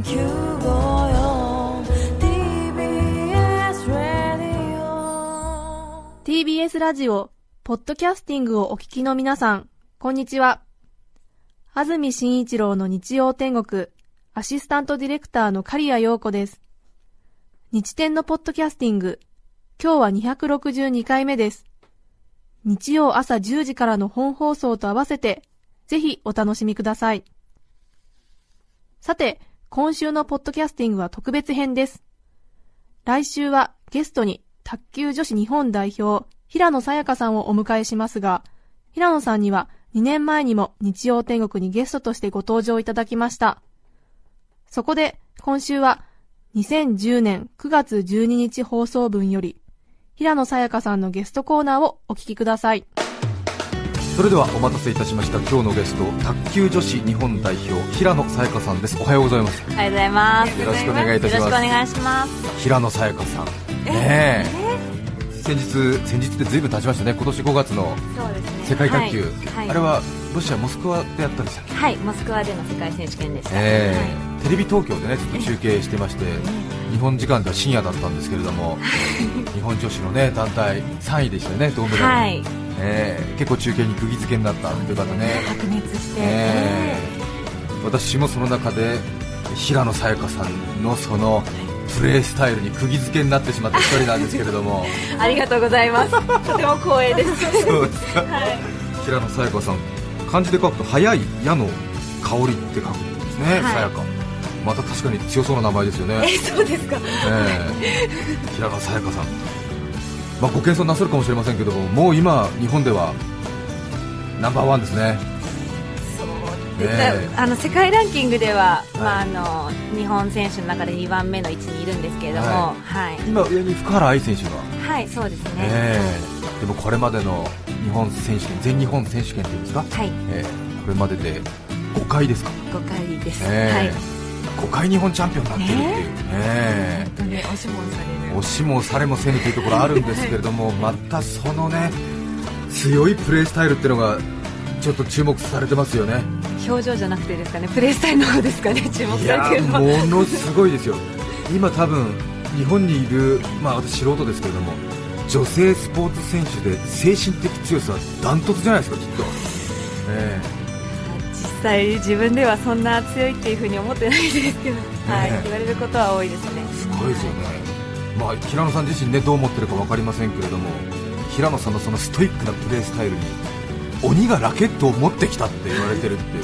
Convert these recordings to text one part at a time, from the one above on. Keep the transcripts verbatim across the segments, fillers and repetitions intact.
にきゅうごよん ティービーエス ラジオティービーエス ラジオポッドキャスティングをお聞きの皆さん、こんにちは。安住紳一郎の日曜天国アシスタントディレクターの刈谷陽子です。日天のポッドキャスティング、今日はにひゃくろくじゅうにかいめです。日曜朝じゅうじからの本放送と合わせてぜひお楽しみください。さて、今週のポッドキャスティングは特別編です。来週はゲストに卓球女子日本代表平野早矢香さんをお迎えしますが、平野さんにはにねんまえにも日曜天国にゲストとしてご登場いただきました。そこで今週はにせんじゅうねんくがつじゅうににち放送分より平野早矢香さんのゲストコーナーをお聞きください。 それではお待たせいたしました。今日のゲスト、卓球女子日本代表平野早矢香さんです。おはようございます。 おはようございます。 よろしくお願いいたします。 よろしくお願いします。 平野早矢香さん、ねええ先日先日ってずいぶん経ちましたね。今年ごがつの世界卓球、はいはい、あれはロシアモスクワでやったんでしたっけ。 はい、モスクワでの世界選手権でした、 えーはい、 テレビ東京でねずっと中継してまして、日本時間では深夜だったんですけれども日本女子のね団体さんいでしたよね、銅メダル、はい、えー、結構中継に釘付けになったという方ね、 白熱して、 えー、私もその中で平野早矢香さんのそのプレースタイルに釘付けになってしまった一人なんですけれどもありがとうございます。とても光栄ですそうですか、はい、平野早矢香さん、漢字で書くと早い矢の香りって書くんですね、はい、早矢香、また確かに強そうな名前ですよね。 え、そうですか、 えー、平野早矢香さん、まあ、ご謙遜なさるかもしれませんけども、もう今日本ではナンバーワンですね。 そうですね、あの世界ランキングでは、はい、まあ、あの日本選手の中でにばんめの位置にいるんですけれども、はいはい、 今上に福原愛選手が、 はい、そうですね、 えー、でもこれまでの日本選手権、全日本選手権というんですか、はい、えー、これまででごかいですか。 ごかいです、 えーはい、 ごかい日本チャンピオンになっているっていうね、 えー、本当に押しもされる、 押しもされもせぬというところあるんですけれども、またそのね強いプレースタイルっていうのがちょっと注目されてますよね。 表情じゃなくてですかね、プレースタイルの方ですかね、注目されているのは。 いや、ものすごいですよ。今多分日本にいる、まあ私素人ですけれども、女性スポーツ選手で精神的強さはダントツじゃないですか、きっと、えー、実際自分ではそんな強いっていう風に思ってないですけど、はい、言われることは多いですね。 すごいですよね、まあ、平野さん自身ねどう思ってるか分かりませんけれども、平野さんのそのストイックなプレースタイルに鬼がラケットを持ってきたって言われてるっていう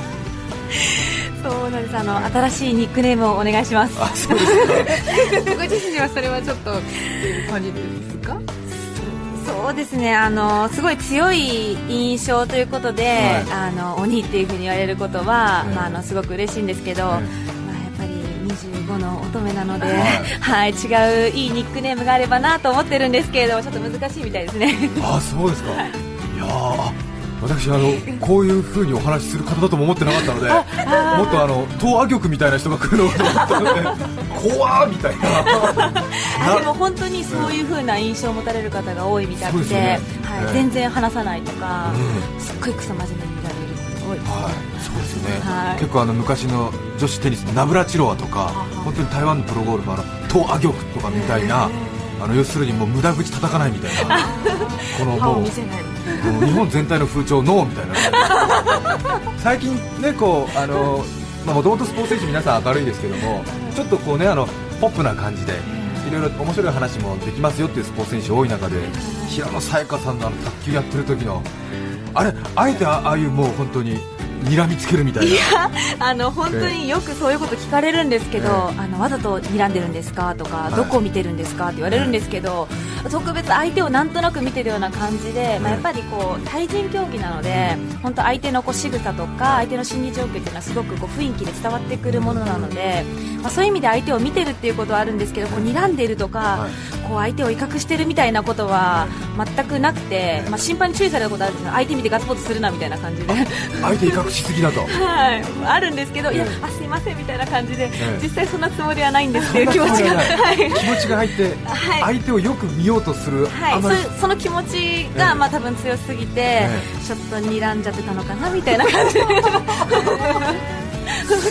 そうなんです、あの、はい、新しいニックネームをお願いします。 あ、そうですかご自身にはそれはちょっとっていう感じですか。そうですね、あのすごい強い印象ということで、はい、あの鬼っていう風に言われることは、はい、まあ、あのすごく嬉しいんですけど、はい、まあ、やっぱりにじゅうごの乙女なので、はいはい、違ういいニックネームがあればなと思ってるんですけれども、ちょっと難しいみたいですね。 あ、そうですか、はい、いやー、私あのこういう風にお話しする方だとも思ってなかったので、もっとあの東亜玉みたいな人が来るのかと思ったので怖ーみたいなあ、でも本当にそういう風な印象を持たれる方が多いみたいで、で、ね、はい、えー、全然話さないとか、うん、すっごいクソ真面目に見られることが多いです、 はい、そうですよね、 はい、 結構あの昔の女子テニスのナブラチロワとか、本当に台湾のプロゴルファーの東亜玉とかみたいな、あの要するにもう無駄口叩かないみたいなこのもう日本全体の風潮ノーみたいな最近ね、こうあのもともとスポーツ選手皆さん明るいですけども、ちょっとこうね、あのポップな感じでいろいろ面白い話もできますよっていうスポーツ選手多い中で、平野早矢香さんのあの卓球やってる時のあれ、あえてああいうもう本当に睨みつけるみたいな。 いや、あの本当によくそういうこと聞かれるんですけど、えー、あのわざと睨んでるんですかとか、はい、どこを見てるんですかって言われるんですけど、えー、特別相手をなんとなく見てるような感じで、まあ、やっぱりこう対人競技なので、本当相手のこう仕草とか相手の心理状況っていうのはすごくこう雰囲気で伝わってくるものなので、まあ、そういう意味で相手を見てるっていうことはあるんですけど、こう睨んでるとか、はい、こう相手を威嚇してるみたいなことは全くなくて、まあ、審判に注意されたことあるんですけど、相手見てガッツポーズするなみたいな感じで相手威嚇しすぎだとはい、あるんですけど、いや、あ、すいませんみたいな感じで、実際そんなつもりはないんですっていう気持ちが、はい、 気持ちが入って、はい、相手をよく見ようとする、 はい、あまり そ, その気持ちが、まあ、多分強すぎて、ちょっと睨んじゃってたのかなみたいな感じで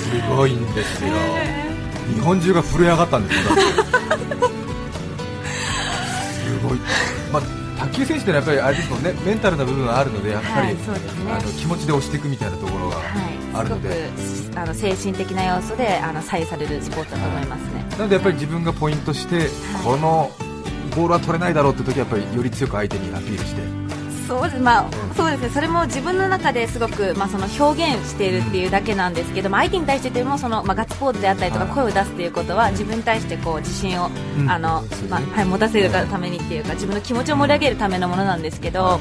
すごいんですよ、日本中が震え上がったんですよだってすごい、まあ、卓球選手ってのはやっぱりあれですもんね、メンタルな部分があるのでやっぱり、 はいそうですね、 あの気持ちで押していくみたいなところがあるので、 はい、すごくあの精神的な要素であの左右されるスポーツだと思いますね、 なのでやっぱり自分がポイントして、はい、このボールは取れないだろうって時はやっぱりより強く相手にアピールして、 そうです、まあそうですね、それも自分の中ですごく、まあ、その表現しているっていうだけなんですけど、まあ、相手に対してというよりもその、まあ、ガッツポーズであったりとか声を出すということは自分に対してこう自信を、うん、あのまあはい、持たせるためにっていうか自分の気持ちを盛り上げるためのものなんですけど、はい、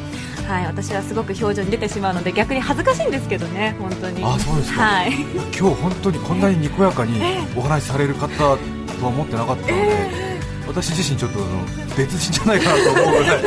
私はすごく表情に出てしまうので逆に恥ずかしいんですけどね、本当に。 あ、そうですか、はい、今日本当にこんなににこやかにお話しされる方とは思ってなかったので、えー、私自身ちょっとあの別人じゃないかなと思うぐらい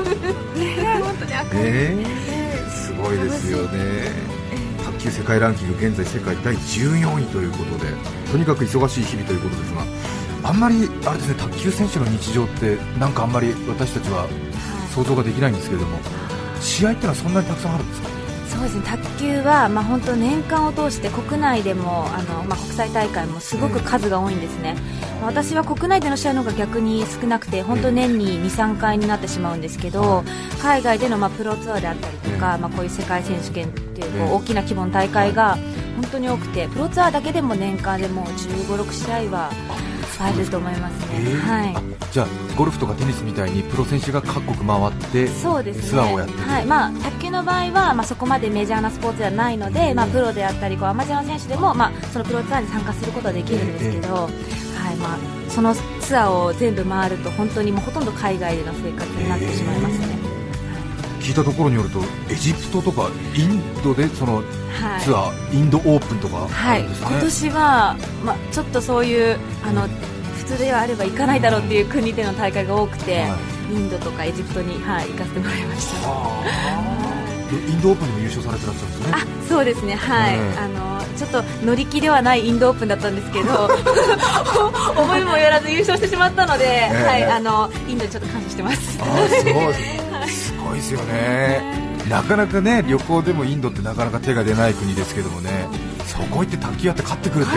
えー、すごいですよね。卓球世界ランキング現在世界だいじゅうよんいということで、とにかく忙しい日々ということですが、あんまりあれですね、卓球選手の日常ってなんかあんまり私たちは想像ができないんですけれども、試合ってのはそんなにたくさんあるんですか？ そうですね、卓球は、まあ、本当年間を通して国内でもあの、まあ、国際大会もすごく数が多いんですね、うん、私は国内での試合の方が逆に少なくて本当年に にさんかいになってしまうんですけど、うん、海外での、まあ、プロツアーであったりとか、うん、まあ、こういう世界選手権っていう、こう大きな規模の大会が本当に多くて、プロツアーだけでも年間でもじゅうご、ろくしあいはあると思いますね、 えーはい、 あじゃあゴルフとかテニスみたいにプロ選手が各国回ってそうです、ね、 ツアーをやってる、 はい、まあ、卓球の場合は、まあ、そこまでメジャーなスポーツではないので、まあ、プロであったりこうアマチュアの選手でも、まあ、そのプロツアーに参加することはできるんですけど、えーはいまあ、そのツアーを全部回ると本当にもうほとんど海外での生活になってしまいますね、 えー、聞いたところによるとエジプトとかインドでそのツアー、はい、インドオープンとかあるんですね、 はい、今年は、まあ、ちょっとそういうあの普通であれば行かないだろうっていう国での大会が多くて、はい、インドとかエジプトに、はい、行かせてもらいました。 インドオープンでも優勝されてらっしゃるんですね。 あ、そうですね、はい、あのちょっと乗り気ではないインドオープンだったんですけど思いもよらず優勝してしまったので、えーはい、あのインドにちょっと感謝してます。 あすごい、はい、すごいですよね、なかなかね旅行でもインドってなかなか手が出ない国ですけどもね、そこ行って卓球やって勝ってくるって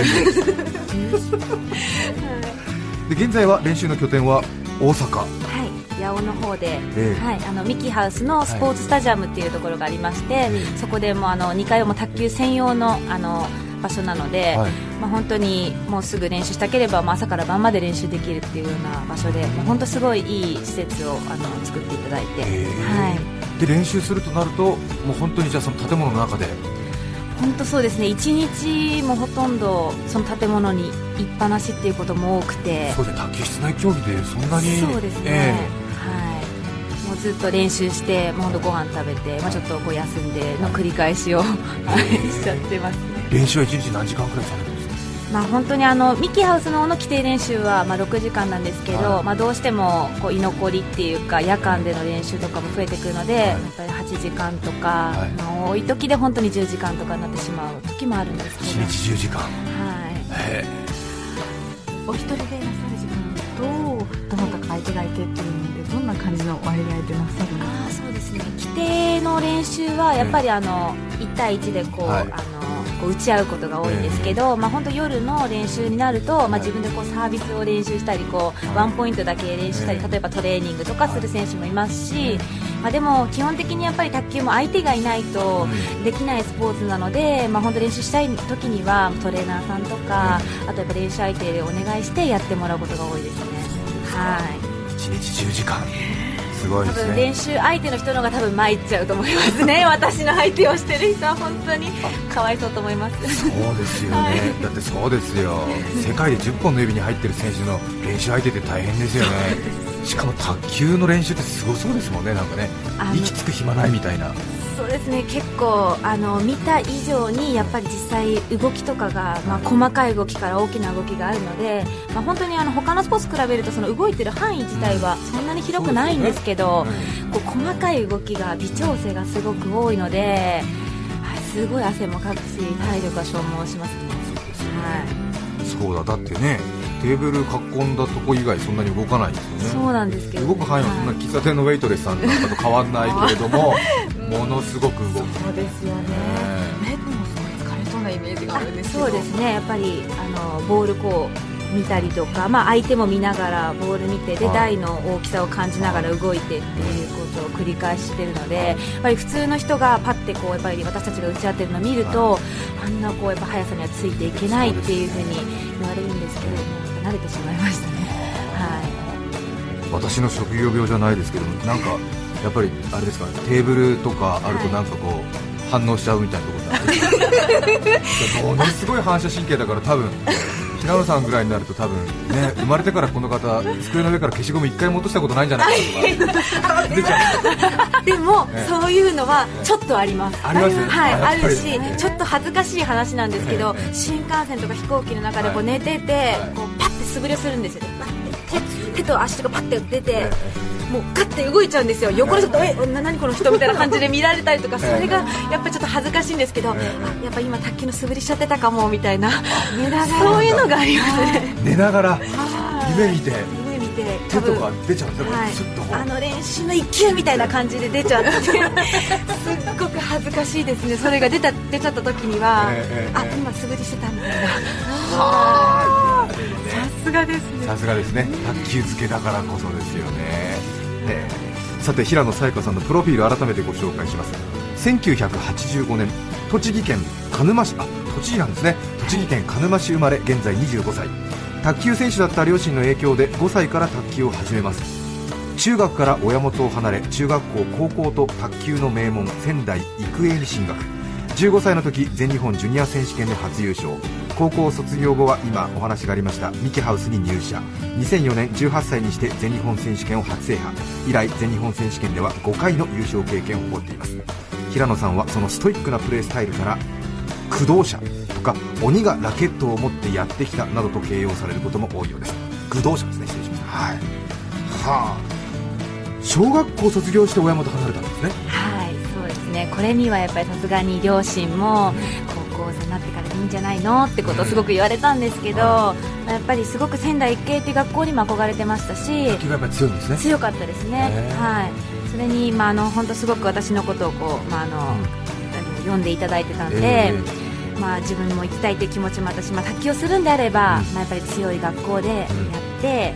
で現在は練習の拠点は大阪、はい、 八尾の方で、 えーはい、あのミキハウスのスポーツスタジアムっていうところがありまして、はい、そこでもあのにかいも卓球専用 の, あの場所なので、はいまあ、本当にもうすぐ練習したければ、まあ、朝から晩まで練習できるっていうような場所で、まあ、本当すごいいい施設をあの作っていただいて、 えーはい、 で練習するとなるともう本当にじゃあその建物の中で本当そうですね、いちにちもほとんどその建物にいっぱなしっていうことも多くて、 そうですね、卓球室内競技でそんなにそうですね、えーはい、もうずっと練習してもうほんとご飯食べて、まあ、ちょっとこう休んでの繰り返しを、はい、しちゃってます、ね、 練習はいちにち何時間くらいされるんですか？ まあ、本当にあのミキハウスの方の規定練習はまあろくじかんなんですけど、はいまあ、どうしてもこう居残りっていうか夜間での練習とかも増えてくるので、はい、やっぱりはちじかんとか、はいまあ、多い時で本当にじゅうじかんとかになってしまう時もあるんですけど、 いちにちじゅうじかん、 はい、 お一人でいらっしゃる時間とどなたか相手がいてっていうのでどんな感じの割合でなさるんですか？ あそうですね、規定の練習はやっぱりあのいち対いちでこう、はい、あのこう打ち合うことが多いんですけど、えーまあ、本当夜の練習になると、まあ、自分でこうサービスを練習したりこうワンポイントだけ練習したり、例えばトレーニングとかする選手もいますし、まあ、でも基本的にやっぱり卓球も相手がいないとできないスポーツなので、まあ、本当練習したい時にはトレーナーさんとかあとやっぱ練習相手でお願いしてやってもらうことが多いですね。はい、 いちにちじゅうじかんすごいですね。 多分練習相手の人の方が多分参っちゃうと思いますね私の相手をしてる人は本当にかわいそうと思いますそうですよね、はい、だってそうですよ世界でじゅっぽんの指に入ってる選手の練習相手って大変ですよねしかも卓球の練習ってすごそうですもんね、なんかね息つく暇ないみたいな。 そうですね、結構あの見た以上にやっぱり実際動きとかが、まあ、細かい動きから大きな動きがあるので、まあ、本当にあの他のスポーツ比べるとその動いてる範囲自体はそんなに広くないんですけど、うんね、こう細かい動きが微調整がすごく多いので、はい、すごい汗もかくし体力が消耗しますね。 はい、そうだ、だってねテーブル囲んだとこ以外そんなに動かないんですよね。 そうなんですけど、ね、 動く範囲はそんな喫茶店のウェイトレスさんなんかと変わらないけれどもものすごく動く。 そうですよね、ね、でもすごい疲れそうなイメーメージがあるんですけど。 そうですね、やっぱりあのボールこう見たりとか、まあ、相手も見ながらボール見てで、台の大きさを感じながら動いてっていうことを繰り返しているので、やっぱり普通の人がパッてこうやっぱり私たちが打ち合ってるのを見ると、あんなこうやっぱ速さにはついていけないっていうふうに言われるんですけれども、慣れてしまいましたね。はい、 私の職業病じゃないですけど、なんかやっぱりあれですか、テーブルとかあるとなんかこう、はい、反応しちゃうみたいなところがあるものすごい反射神経だから、多分平野さんぐらいになると多分ね、生まれてからこの方机の上から消しゴム一回も落としたことないんじゃないかとか出ちゃう。 でも、ね、そういうのはちょっとあります。 あります、 はい、あるし、ちょっと恥ずかしい話なんですけど、新幹線とか飛行機の中でこう寝てて、こうパッて素振りをするんですよ。パッて 手, 手と足とかパッて出て、もうガッて動いちゃうんですよ。横の人と、え、何この人みたいな感じで見られたりとか、それがやっぱりちょっと恥ずかしいんですけど、あ、やっぱ今卓球の素振りしちゃってたかもみたいな、寝ながらそういうのがありますね。 寝ながら夢見て夢見て手とか出ちゃうんですよ、 はい、 スッとこうあの練習の一球みたいな感じで出ちゃってすっごく恥ずかしいですね。それが出た出ちゃった時には、えーえー、あ、今素振りしてたみたいな。さすがですね。 さすがですね。卓球漬けだからこそですよね。えー、さて平野早矢香さんのプロフィール改めてご紹介します。せんきゅうひゃくはちじゅうごねん栃木県鹿沼市、あ、栃木なんですね。栃木県鹿沼市生まれ、現在にじゅうごさい。卓球選手だった両親の影響でごさいから卓球を始めます。中学から親元を離れ、中学校高校と卓球の名門仙台育英に進学。じゅうごさいの時全日本ジュニア選手権で初優勝。高校卒業後は今お話がありましたミキハウスに入社。にせんよねんじゅうはっさいにして全日本選手権を初制覇。以来全日本選手権ではごかいの優勝経験を誇っています。平野さんはそのストイックなプレースタイルから駆動者とか鬼がラケットを持ってやってきたなどと形容されることも多いようです。駆動者ですね、失礼しました。はい、はあ、小学校卒業して親元離れたんですね。 はい、そうですね。これにはやっぱりさすがに両親も高校生になってからでいいんじゃないのってことをすごく言われたんですけど、やっぱりすごく仙台育英っていう学校にも憧れてましたし、 卓球がやっぱり強いんですね。 強かったですね。はい、それに、まあ、あの本当すごく私のことをこう、まああのうん、読んでいただいてたんで、えーまあ、自分も行きたいという気持ちも私、まあ、卓球をするんであれば、うんまあ、やっぱり強い学校でやって、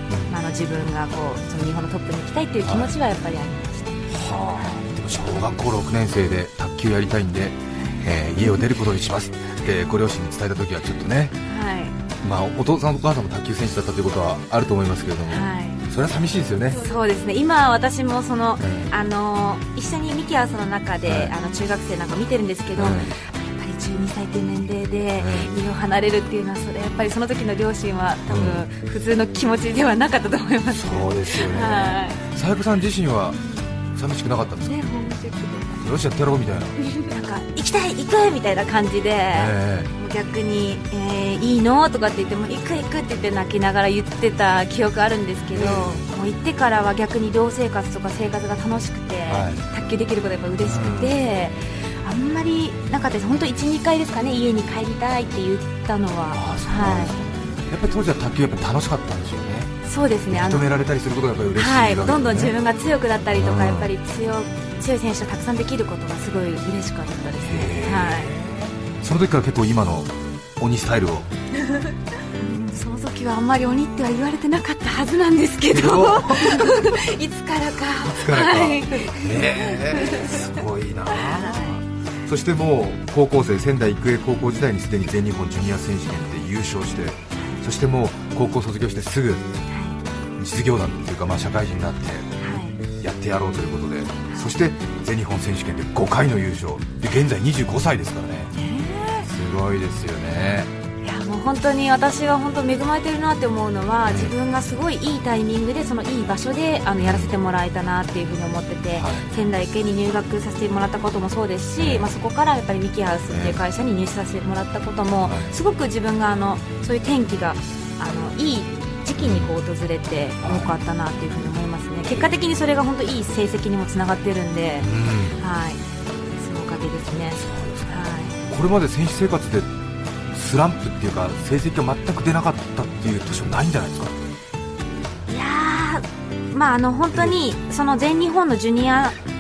うんまあ、あの自分がこうその日本のトップに行きたいという気持ちはやっぱりありました。 はあ、でも小学校ろくねん生で卓球やりたいんで、えー、家を出ることにしますってご両親に伝えたときはちょっとね、はいまあ、お父さんお母さんも卓球選手だったということはあると思いますけれども、はい、それは寂しいですよね。 そうですね。今私もその、うん、あの一緒にミキハウスの中で、はい、あの中学生なんか見てるんですけど、はいじゅうにさいという年齢で家を離れるっていうのは、それやっぱりその時の両親は多分普通の気持ちではなかったと思います、 ね、そうですよね。さやかさん自身は寂しくなかったんですか？ね、ホームシックでよしやってやろうみたいななんか行きたい行くみたいな感じで、えー、もう逆に、えー、いいのとかって言っても行く行くって言って泣きながら言ってた記憶あるんですけど、えー、もう行ってからは逆に寮生活とか生活が楽しくて、はい、卓球できることがやっぱ嬉しくて、うん、あんまりなかったです。本当 いち、にかいですかね、家に帰りたいって言ったのは。 ああ、そうなんですね。はい、やっぱり当時は卓球やっぱ楽しかったんでしょうね。 そうですね。 認められたりすることがやっぱり嬉しい、ね、 はい、どんどん自分が強くなったりとか、やっぱり 強, 強い選手とたくさんできることがすごい嬉しかったですね。はい、その時から結構今の鬼スタイルをその時はあんまり鬼っては言われてなかったはずなんですけどいつからかいつからか、はい、えー、すごいな。そしてもう高校生、仙台育英高校時代にすでに全日本ジュニア選手権で優勝して、そしてもう高校卒業してすぐ実業団というか、まあ社会人になってやってやろうということで、そして全日本選手権でごかいの優勝で、現在にじゅうごさいですからね、えー、すごいですよね。 いやもう本当に私は本当恵まれてるなって思うのは、自分がすごいいいタイミングでそのいい場所であのやらせてもらえたなっていうふうに思ってて、はい、仙台育英に入学させてもらったこともそうですし、まあ、そこからやっぱりミキハウスっていう会社に入社させてもらったことも、すごく自分があのそういう転機があのいい時期にこう訪れてよかったなっていうふうに思いますね。結果的にそれが本当いい成績にもつながってるんで、うん、はい、そのおかげですね。 そうですね、はい、これまで選手生活でスランプっていうか成績が全く出なかったっていう年はないんじゃないですか？ いやー、まあ、あの本当にその全日本のジュニア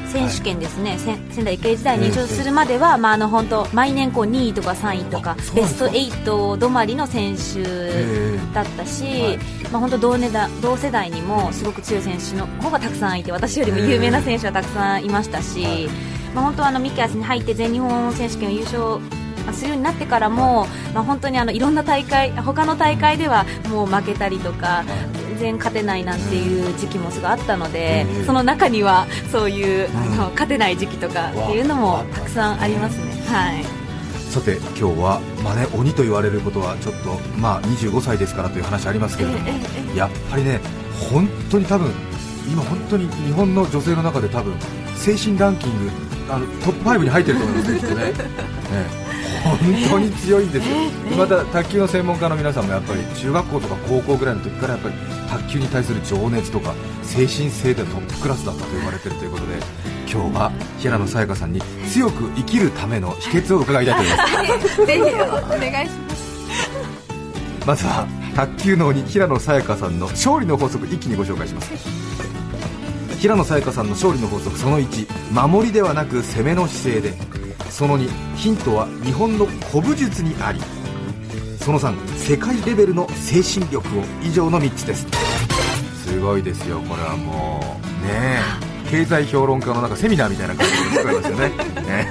選手権ですね、はい、仙台育英時代に優勝するまでは、えーまあ、あの本当毎年こうにいとかさんいとかベストはち止まりの選手だったし、えーはいまあ、本当 同, 同世代にもすごく強い選手の方がたくさんいて、私よりも有名な選手はたくさんいましたし、えーはいまあ、本当あのミキアスに入って全日本選手権を優勝するようになってからも、まあ、本当にあのいろんな大会、他の大会ではもう負けたりとか全然勝てないなんていう時期もすごいあったので、うん、その中にはそういう、うん、あの勝てない時期とかっていうのもたくさんありますね。はい、 さて今日は、まあね、鬼と言われることはちょっと、まあ、にじゅうごさいですからという話ありますけれども、えええやっぱりね本当に多分今本当に日本の女性の中で多分精神ランキングあのトップファイブに入ってると思いますねきっとね。ね本当に強いんですよ。また卓球の専門家の皆さんもやっぱり中学校とか高校ぐらいの時からやっぱり卓球に対する情熱とか精神性でトップクラスだったと言われているということで、今日は平野早矢香さんに強く生きるための秘訣を伺いたいと思います。 ぜひお願いします。 まずは卓球の鬼平野早矢香さんの勝利の法則一気にご紹介します。平野早矢香さんの勝利の法則そのいち、守りではなく攻めの姿勢で。そのに、ヒントは日本の古武術にあり。そのさん、世界レベルの精神力を。以上のみっつです。すごいですよ、これはもうねえ経済評論家のなんかセミナーみたいな感じで使いますよね。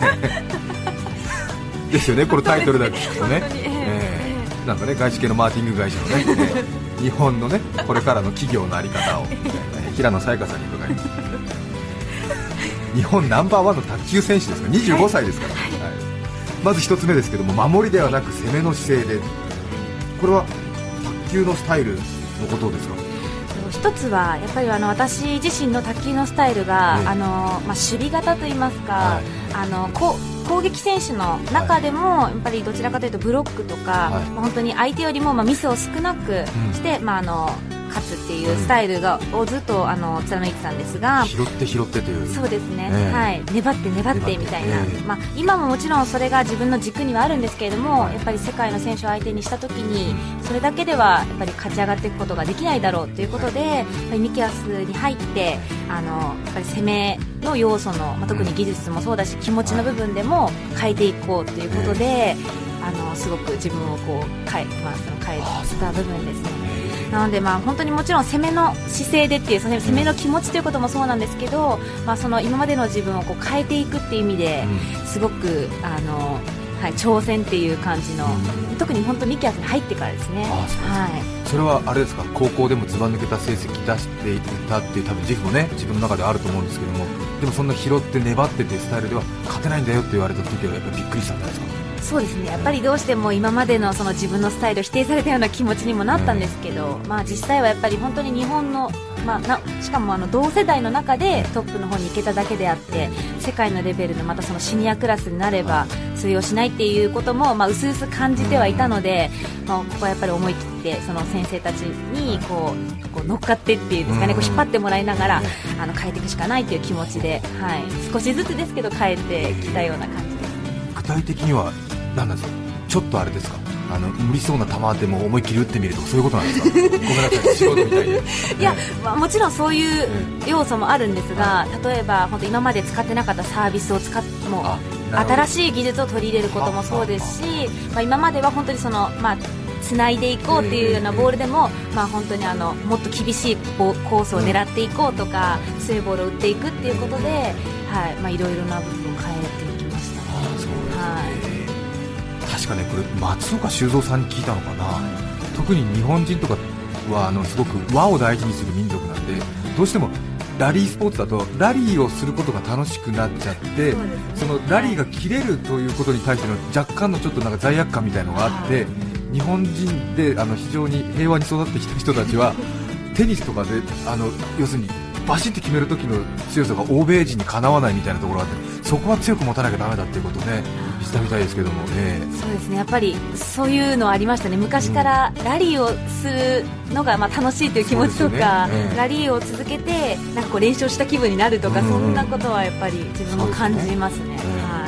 ですよね、このタイトルだけ聞くとね、えー、なんかね外資系のマーケティング会社のね、えー、日本のねこれからの企業の在り方を、えー、平野早矢香さんに伺います。日本ナンバーワンの卓球選手ですからにじゅうごさいですから、はいはい、まず一つ目ですけども、守りではなく攻めの姿勢で。これは卓球のスタイルのことですか？ 一つはやっぱりあの私自身の卓球のスタイルが、ねあのまあ、守備型といいますか、はい、あのこ攻撃選手の中でもやっぱりどちらかというとブロックとか、はいまあ、本当に相手よりもまあミスを少なくして、うんまあ、あの勝つっていうスタイルが、うん、をずっとあの貫いてたんですが、 拾って拾ってという。 そうですね、えーはい、粘って粘ってみたいな、えーまあ、今ももちろんそれが自分の軸にはあるんですけれども、はい、やっぱり世界の選手を相手にした時にそれだけではやっぱり勝ち上がっていくことができないだろうということで、やっぱりミキアスに入ってあのやっぱり攻めの要素の、まあ、特に技術もそうだし気持ちの部分でも変えていこうということで、えー、あのすごく自分をこう変え、まあ、その変えた部分ですね。なのでまあ本当にもちろん攻めの姿勢でっていうその攻めの気持ちということもそうなんですけど、まあ、その今までの自分をこう変えていくっていう意味ですごくあの、はい、挑戦っていう感じの、うん、特に本当ミキアスに入ってからですね。 ああ、そうですか。はい、それはあれですか、高校でもずば抜けた成績出していたっていう多分自負もね自分の中であると思うんですけども、でもそんな拾って粘ってっていうスタイルでは勝てないんだよって言われた時はやっぱりびっくりしたんじゃないですか？ そうですね、やっぱりどうしても今までのその自分のスタイルを否定されたような気持ちにもなったんですけど、まあ、実際はやっぱり本当に日本の、まあ、なしかもあの同世代の中でトップの方に行けただけであって、世界のレベルのまたそのシニアクラスになれば通用しないっていうこともまあ薄々感じてはいたので、まあ、ここはやっぱり思い切ってその先生たちにこうこう乗っかってっていうんですかね、こう引っ張ってもらいながらあの変えていくしかないという気持ちで、はい、少しずつですけど変えてきたような感じです。 具体的には何なんですか？ちょっとあれですか、あの無理そうな球でも思いっきり打ってみるとかそういうことなんですか？ごめんなさい、素人みたいでいや、まあ、もちろんそういう要素もあるんですが、例えば本当今まで使ってなかったサービスを使っても新しい技術を取り入れることもそうですし、まあ、今までは本当にその、まあ、つないでいこうっていうようなボールでも、まあ、本当にあのもっと厳しいコースを狙っていこうとか、強いボールを打っていくっていうことで、はい、まあ、いろいろな部分を変えていきました。 あ、そうですね、はい。確かね、これ松岡修造さんに聞いたのかな、特に日本人とかはあのすごく和を大事にする民族なんで、どうしてもラリースポーツだとラリーをすることが楽しくなっちゃって、 そ, ね、そのラリーが切れるということに対しての若干のちょっとなんか罪悪感みたいなのがあって、日本人であの非常に平和に育ってきた人たちはテニスとかであの要するにバシッと決める時の強さが欧米人にかなわないみたいなところがあって、そこは強く持たなきゃダメだっていうことをねしたみたいですけども、えー、 そうですね、やっぱりそういうのありましたね。昔からラリーをするのがまあ楽しいという気持ちとか、ね、えー、ラリーを続けてなんかこう練習した気分になるとか、うんうん、そんなことはやっぱり自分も感じますね。 強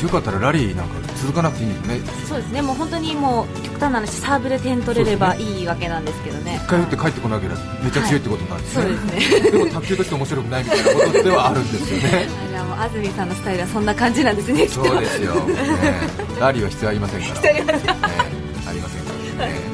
強かったらラリーなんか続かなくていいんですね。 そうですね、もう本当にもう極端な話、サーブで点取れればいいわけなんですけどね。 一回打って帰ってこなければめっちゃ強いってことなんですね。 はい、そうですね。 でも卓球として面白くないみたいなことではあるんですよね。 じゃあもう安住さんのスタイルはそんな感じなんですね。 そうですよ、ね、ラリーは必要ありませんから。 必要ありません、ね、 ありませんからね。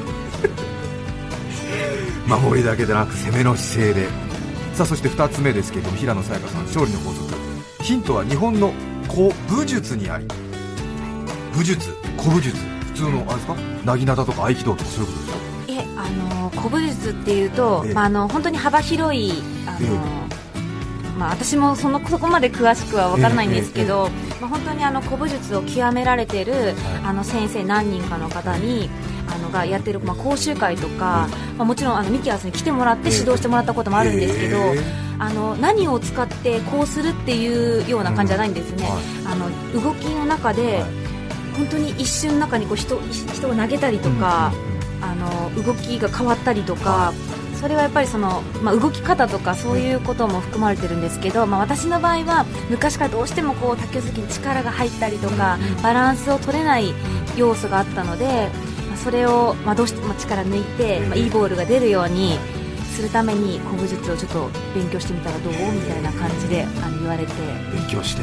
守りだけでなく攻めの姿勢で。さあそしてふたつめですけれども、平野早矢香さん、勝利の法則。ヒントは日本の古武術にあり。武術、古武術、普通のあれですか、なぎなたとか合気道とかそういうことですか。 えあの古武術っていうと、 ええ、 まあ、あの本当に幅広いあの、 えまあ、私もそのそこまで詳しくは分からないんですけど、 えええまあ、本当にあの古武術を極められている、はい、あの先生何人かの方にあのがやってる、まあ、講習会とか、えまあ、もちろんあのミキアスに来てもらって指導してもらったこともあるんですけど、えあの何を使ってこうするっていうような感じじゃないんですね、うんはい、あの動きの中で、はい、本当に一瞬の中にこう 人, 人を投げたりとか、うん、あの動きが変わったりとか、はい、それはやっぱりその、まあ、動き方とかそういうことも含まれてるんですけど、まあ、私の場合は昔からどうしてもこう卓球好きに力が入ったりとか、うん、バランスを取れない要素があったので、まあ、それを、まあ、どうしても力抜いて、まあ、いいボールが出るようにするために古武術をちょっと勉強してみたらどうみたいな感じであの言われて勉強して、 はい、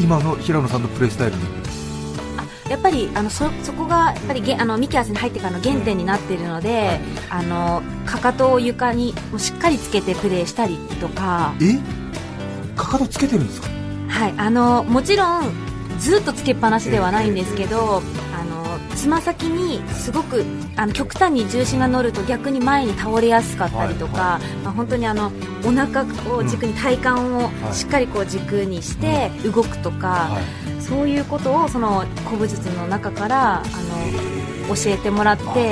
今の平野さんのプレースタイルにやっぱりあの そ, そこがやっぱりあのミキアスに入ってからの原点になっているので、あのかかとを床にもうしっかりつけてプレーしたりとか。 えかかとつけてるんですか。 はい、あのもちろんずっとつけっぱなしではないんですけど、あのつま先にすごくあの極端に重心が乗ると逆に前に倒れやすかったりとか、はいはい、まあ、本当にあのお腹を軸に体幹をしっかりこう軸にして動くとか、はい、そういうことをその古武術の中からあの教えてもらって、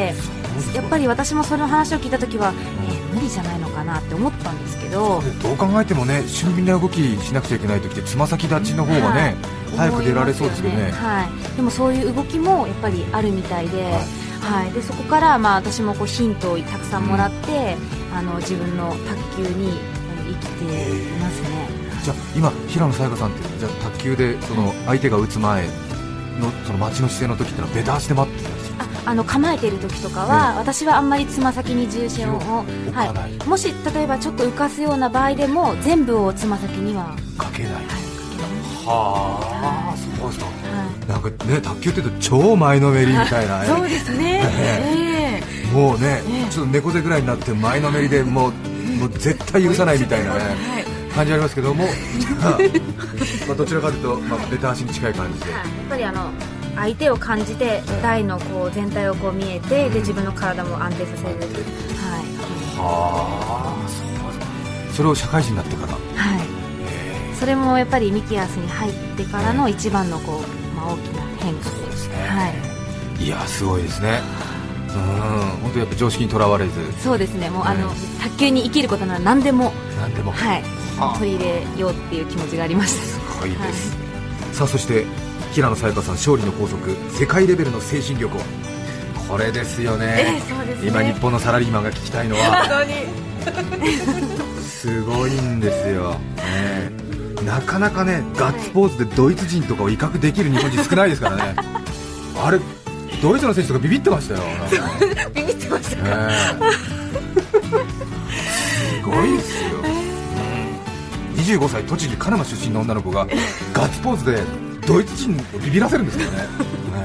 やっぱり私もその話を聞いたときは、えー、無理じゃないのかなって思ったんですけど、 どう考えてもね、俊敏な動きしなくちゃいけないときってつま先立ちの方がね、はい、早く出られそうですけどね、 はい、でもそういう動きもやっぱりあるみたいで、はいはい、でそこからまあ私もこうヒントをたくさんもらって、うん、あの自分の卓球に生きていますね。 じゃあ今平野早矢香さんってじゃあ卓球でその相手が打つ前のその待ちの姿勢の時ってのはベタ足で待ってたんですか。 ああの構えている時とかは、ね、私はあんまりつま先に重心を、はい、もし例えばちょっと浮かすような場合でも全部をつま先にはかけない、はい、 はあ、そうですか、はい、なんかね卓球って言うと超前のめりみたいなそうですね、 えー、もうね、えー、ちょっと猫背ぐらいになって前のめりでもう、もう絶対許さないみたいなね、はい、感じありますけどもまあどちらかというと、まあ、ベタ足に近い感じで、 はい、やっぱりあの相手を感じて台のこう全体をこう見えて、で自分の体も安定させる、はい、 はあ、そう、それを社会人になってから、はい、 それもやっぱりミキアスに入ってからの一番のこう、まあ、大きな変化そうですね、はい、いやすごいですね。うん、本当やっぱ常識にとらわれず、 そうですね、もう、ね、あの卓球に生きることなら何でも何でも、 はい、はあ、取り入れようっていう気持ちがありました。 すごいです、はい、さあそして平野早矢香さん、勝利の法則、世界レベルの精神力を、これですよね、 えー、そうですね、 今日本のサラリーマンが聞きたいのはすごいんですよ、ね、なかなかねガッツポーズでドイツ人とかを威嚇できる日本人少ないですからねあれドイツの選手とかビビってましたよ、なんかビビってましたか、 ね、すごいですよ、にじゅうごさい栃木鹿沼出身の女の子がガッツポーズでドイツ人をビビらせるんですからね、ね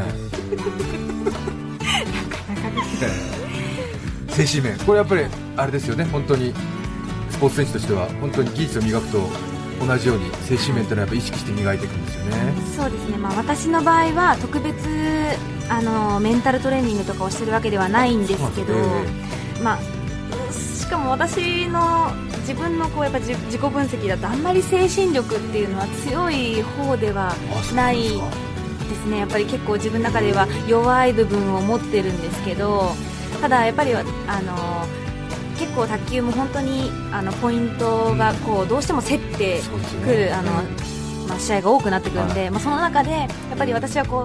なかなかですね、精神面、これやっぱりあれですよね、本当にスポーツ選手としては本当に技術を磨くと同じように精神面というのはやっぱ意識して磨いていくんですよね。 そうですね、まあ、私の場合は特別あのメンタルトレーニングとかをしてるわけではないんですけど、まあ、しかも私の自分のこうやっぱ自己分析だとあんまり精神力っていうのは強い方ではないですね。やっぱり結構自分の中では弱い部分を持ってるんですけど、ただやっぱりあの結構卓球も本当にあのポイントがこうどうしても競ってくる、あのまあ、試合が多くなってくるんで、まあ、その中でやっぱり私はこう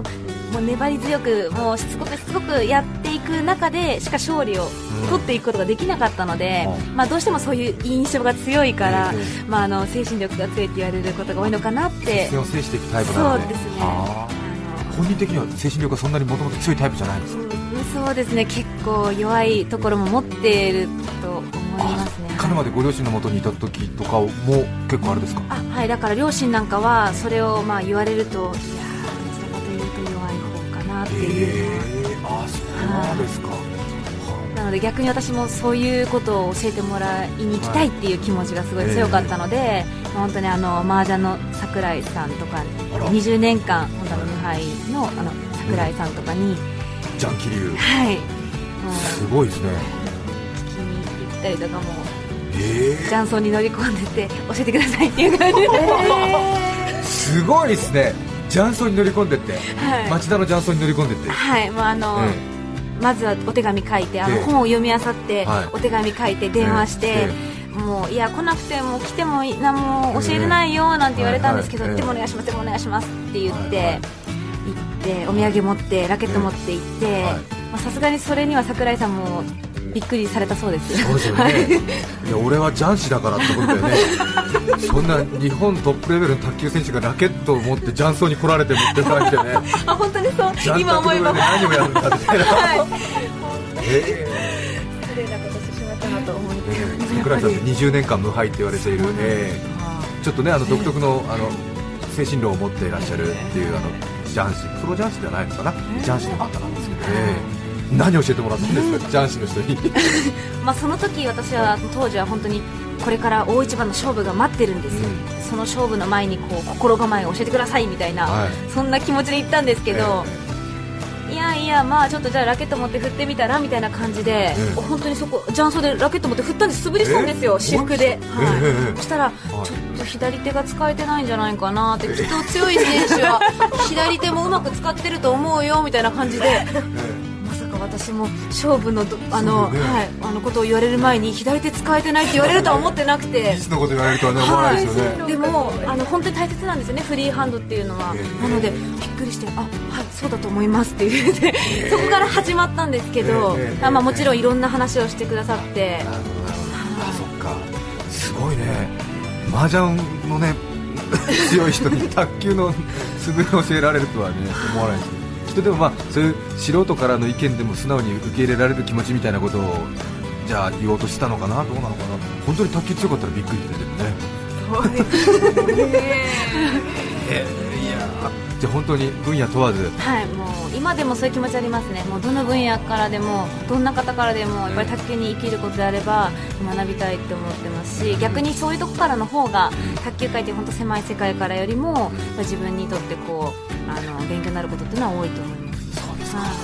もう粘り強くもうしつこくしつこくやっていく中でしか勝利を取っていくことができなかったので、うん、まあ、どうしてもそういう印象が強いから、えーまあ、あの精神力が強いって言われることが多いのかなって。 接戦を制していくタイプなので。 そうですね。 本人的には精神力がそんなにもともと強いタイプじゃないんですか？ うん、そうですね、結構弱いところも持っていると思いますね。 鹿沼でご両親のもとにいた時とかも結構あれですか？ あ、はい、だから両親なんかはそれをまあ言われると、いやー、どちらかというと弱い方かなっていうのは、 えー、あ、そうなんですか。 なので逆に私もそういうことを教えてもらいに行きたいっていう気持ちがすごい強かったので、まあ、本当にあの麻雀の櫻井さんとかにじゅうねんかん本当の無敗のあの櫻井さんとかに、 ジャンキリュウ、 はい、もうすごいですね。 聞きに行ったりとかも、 えー、 雀荘に乗り込んでて教えてくださいっていう感じで、 えー、すごいですね。雀荘に乗り込んでって、はい、町田の雀荘に乗り込んでって、 はい、もうあの、えーまずはお手紙書いて、あの本を読み漁って、はい、お手紙書いて電話して、もういや来なくても来ても何も教えてないよなんて言われたんですけど、でもお願いしますでもお願いしますって言って、はいはい、行ってお土産持ってラケット持って行ってさすがにそれには櫻井さんもびっくりされたそうです。 そうですよねいや俺は雀士だからってことだよねそんな日本トップレベルの卓球選手がラケットを持って雀荘に来られて持ってないんでねあ、本当にそう今思えば何をやるんだみたいな、はい、 えー、失礼なことしてしまったなと思って、えー、 櫻井さんってにじゅうねんかん無敗って言われている、えー、ちょっとねあの独特の、あの精神論を持っていらっしゃるっていうあの雀士、プロ雀士じゃないのかな、雀士の方なんですけど、えー何教えてもらったんですか、雀士の人にまあその時私は当時は本当にこれから大一番の勝負が待ってるんですよ、うん、その勝負の前にこう心構えを教えてくださいみたいな、はい、そんな気持ちで行ったんですけど、えー、いやいやまあちょっとじゃあラケット持って振ってみたらみたいな感じで、えー、本当にそこ雀荘でラケット持って振ったんです。素振りしたんですよ、えー、私服で、はい、えー、そしたら、はい、ちょっと左手が使えてないんじゃないかなって、きっと強い選手は左手もうまく使ってると思うよみたいな感じで、えー私も勝負 の, あの、ね、はい、あのことを言われる前に左手使えてないって言われるとは思ってなくていつのこと言われるとは、ね、思わないですよね、 はい、でもあの本当に大切なんですよね、フリーハンドっていうのは、えー、なのでびっくりして、あ、はい、そうだと思いますって言って、えー、そこから始まったんですけど、えー、まあ、もちろんいろんな話をしてくださって、なるほどなるほど、 あ、そっか、すごいね、麻雀のね強い人に卓球の素振りを教えられるとはね思わないですけど、きっとでもまあそういう素人からの意見でも素直に受け入れられる気持ちみたいなことをじゃあ言おうとしたのかな、どうなのかな、本当に卓球強かったらびっくりしてるね。そうですねえー、いやじゃあ本当に分野問わず、 はい、もう今でもそういう気持ちありますね。もうどの分野からでもどんな方からでもやっぱり卓球に生きることであれば学びたいって思ってますし、逆にそういうとこからの方が卓球界って本当狭い世界からよりも自分にとってこうあの勉強になることっていうのは多いと思います。 そうですか、はい、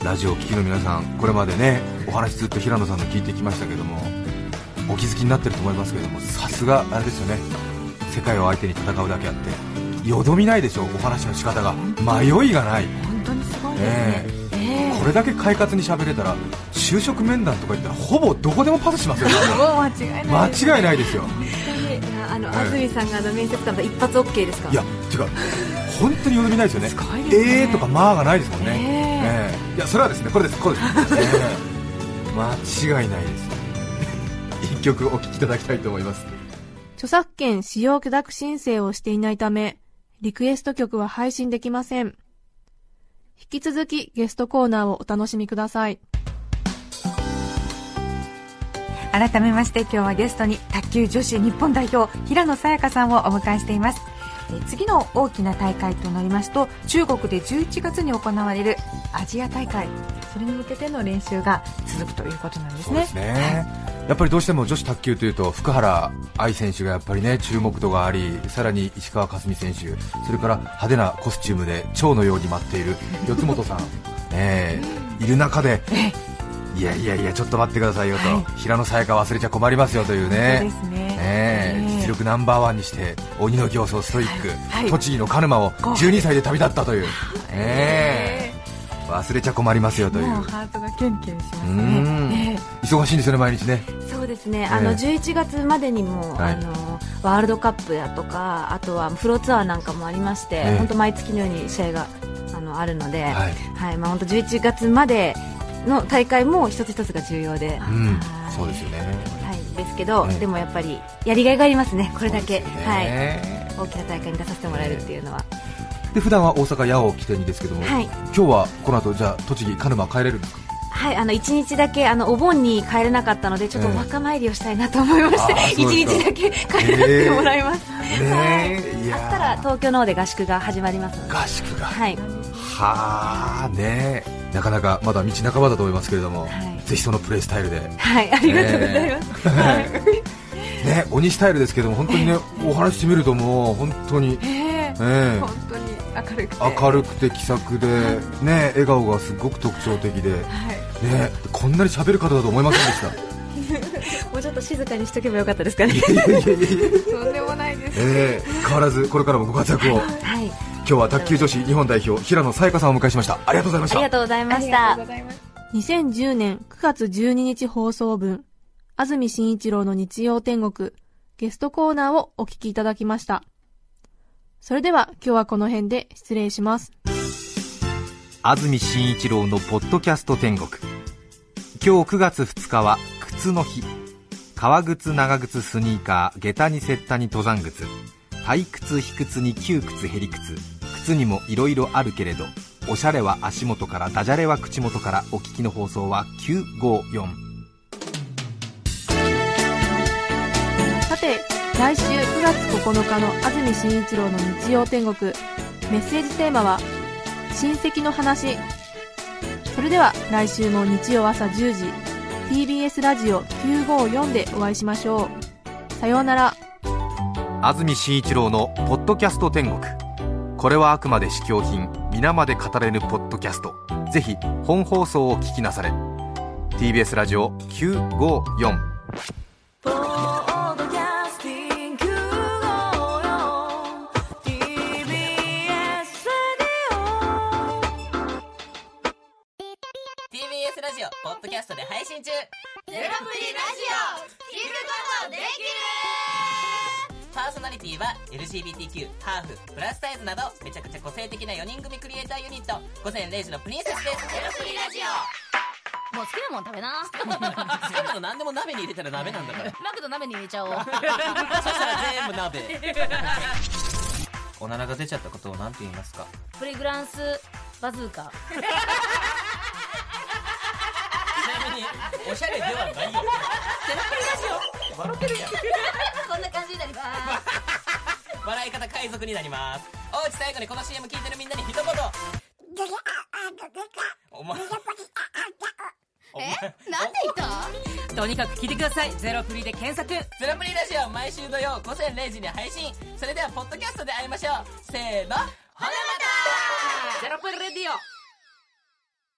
ラジオを聴きの皆さん、これまでねお話ずっと平野さんの聞いてきましたけども、お気づきになってると思いますけども、さすがあれですよね、世界を相手に戦うだけあってよどみないでしょう、お話の仕方が迷いがない、 本当にすごいですね、えーえー、 これだけ快活に喋れたら就職面談とか言ったらほぼどこでもパスしますよね間違いない間違いないですよ。 あの安住さんがあの面接官と一発 OK ですか。 いや違う、本当によどみないですよね。 すごいですね。 えーとかまあがないですもんね、えーえー、いやそれはですねこれですこれです、えー、間違いないです一曲お聴きいただきたいと思います。 著作権使用許諾申請をしていないためリクエスト曲は配信できません。引き続きゲストコーナーをお楽しみください。 改めまして今日はゲストに卓球女子日本代表平野早矢香さんをお迎えしています。え次の大きな大会となりますと中国でじゅういちがつに行われるアジア大会、それに向けての練習が続くということなんですね。 そうですね、やっぱりどうしても女子卓球というと福原愛選手がやっぱりね注目度があり、さらに石川佳純選手、それから派手なコスチュームで蝶のように舞っている四元さん、えー、いる中でいやいやいやちょっと待ってくださいよと、はい、平野早矢香忘れちゃ困りますよというね、 そうですね、 えー、実力ナンバーワンにして鬼の形相ストイック、はいはい、栃木の鹿沼をじゅうにさいで旅立ったという、えー、忘れちゃ困りますよという、 もうハートがキュンキュンしますね、 えー、忙しいんですよね毎日ね。 そうですね、あのじゅういちがつまでにも、はい、あのワールドカップやとかあとはプロツアーなんかもありまして、えー、本当毎月のように試合があのあるので、 はいはいまあ、本当じゅういちがつまでの大会も一つ一つが重要で、 うん、 はいそうですよね、 はい、ですけど、 ええでもやっぱりやりがいがありますね、これだけ、 そうですよねはい、大きな大会に出させてもらえるっていうのは、 で普段は大阪八尾を起点にですけども、 はい、 今日はこの後じゃあ栃木鹿沼帰れるんですか？ はい、あのいちにちだけあのお盆に帰れなかったのでちょっとお墓参りをしたいなと思いまして、 ええあーいちにちだけ帰らせてもらいます、 ねはいえ、いやーあったら東京の方で合宿が始まりますので、 合宿が、 はいはあねえ、なかなかまだ道半ばだと思いますけれども、 はいぜひそのプレースタイルで、 はい、ありがとうございます、はいね、鬼スタイルですけども本当にねお話してみるともう本当に、 えええ本当に明るくて明るくて気さくで、ね、笑顔がすごく特徴的で、 はいね、こんなに喋る方だと思いませんでしたもうちょっと静かにしとけばよかったですかねいやいやいやいやとんでもないです、 ええ変わらずこれからもご活躍を。 はい、 今日は卓球女子日本代表平野早矢香さんをお迎えしました。ありがとうございました。 ありがとうございましありがたとうございますにせんじゅうねんくがつじゅうににち放送分、安住紳一郎の日曜天国、ゲストコーナーをお聞きいただきました。それでは今日はこの辺で失礼します。 安住紳一郎のポッドキャスト天国。今日くがつふつかは靴の日。革靴、長靴、スニーカー、下駄に雪駄に登山靴、退屈、卑屈に窮屈、へり屈、靴にもいろいろあるけれど、おしゃれは足元からダジャレは口元から。お聞きの放送はきゅうごよん。 さて、来週くがつここのかの安住紳一郎の日曜天国、メッセージテーマは親戚の話。それでは来週も日曜朝じゅうじ ティービーエス ラジオきゅうごよんでお会いしましょう。さようなら。 安住紳一郎のポッドキャスト天国。これはあくまで試供品、皆まで語れぬポッドキャスト。ぜひ本放送を聞きなされ。 ティービーエス ラジオきゅうごよん。 ポッドキャスティングきゅうごよん ティービーエス ラジオティービーエス ラジオポッドキャストで配信中。 ゼロプリラジオ聞くことできる。 パーソナリティは エルジービーティーキュー、ハーフ、プラスサイズなどめちゃくちゃ個性的なよにん組クリエイターユニット午前れいじのプリンセスです。ゼロプリラジオ。 もう好きなもん食べな。 好きなの何でも鍋に入れたら鍋なんだから。 マクド鍋に入れちゃおう。 そしたら全部鍋。おならが出ちゃったことを何て言いますか？ プリグランスバズーカ。 ちなみにおしゃれではないよ。ゼロプリラジオ笑ってるやん。 こんな感じになります。 笑い方海賊になります。おうち最後にこの シーエム 聞いてるみんなに一言。お前え、なんで言った？ とにかく聞いてください。ゼロプリで検索。ゼロプリラジオ毎週土曜午前れいじに配信。それではポッドキャストで会いましょう。せーの、ほなまた。ゼロプリレディオ。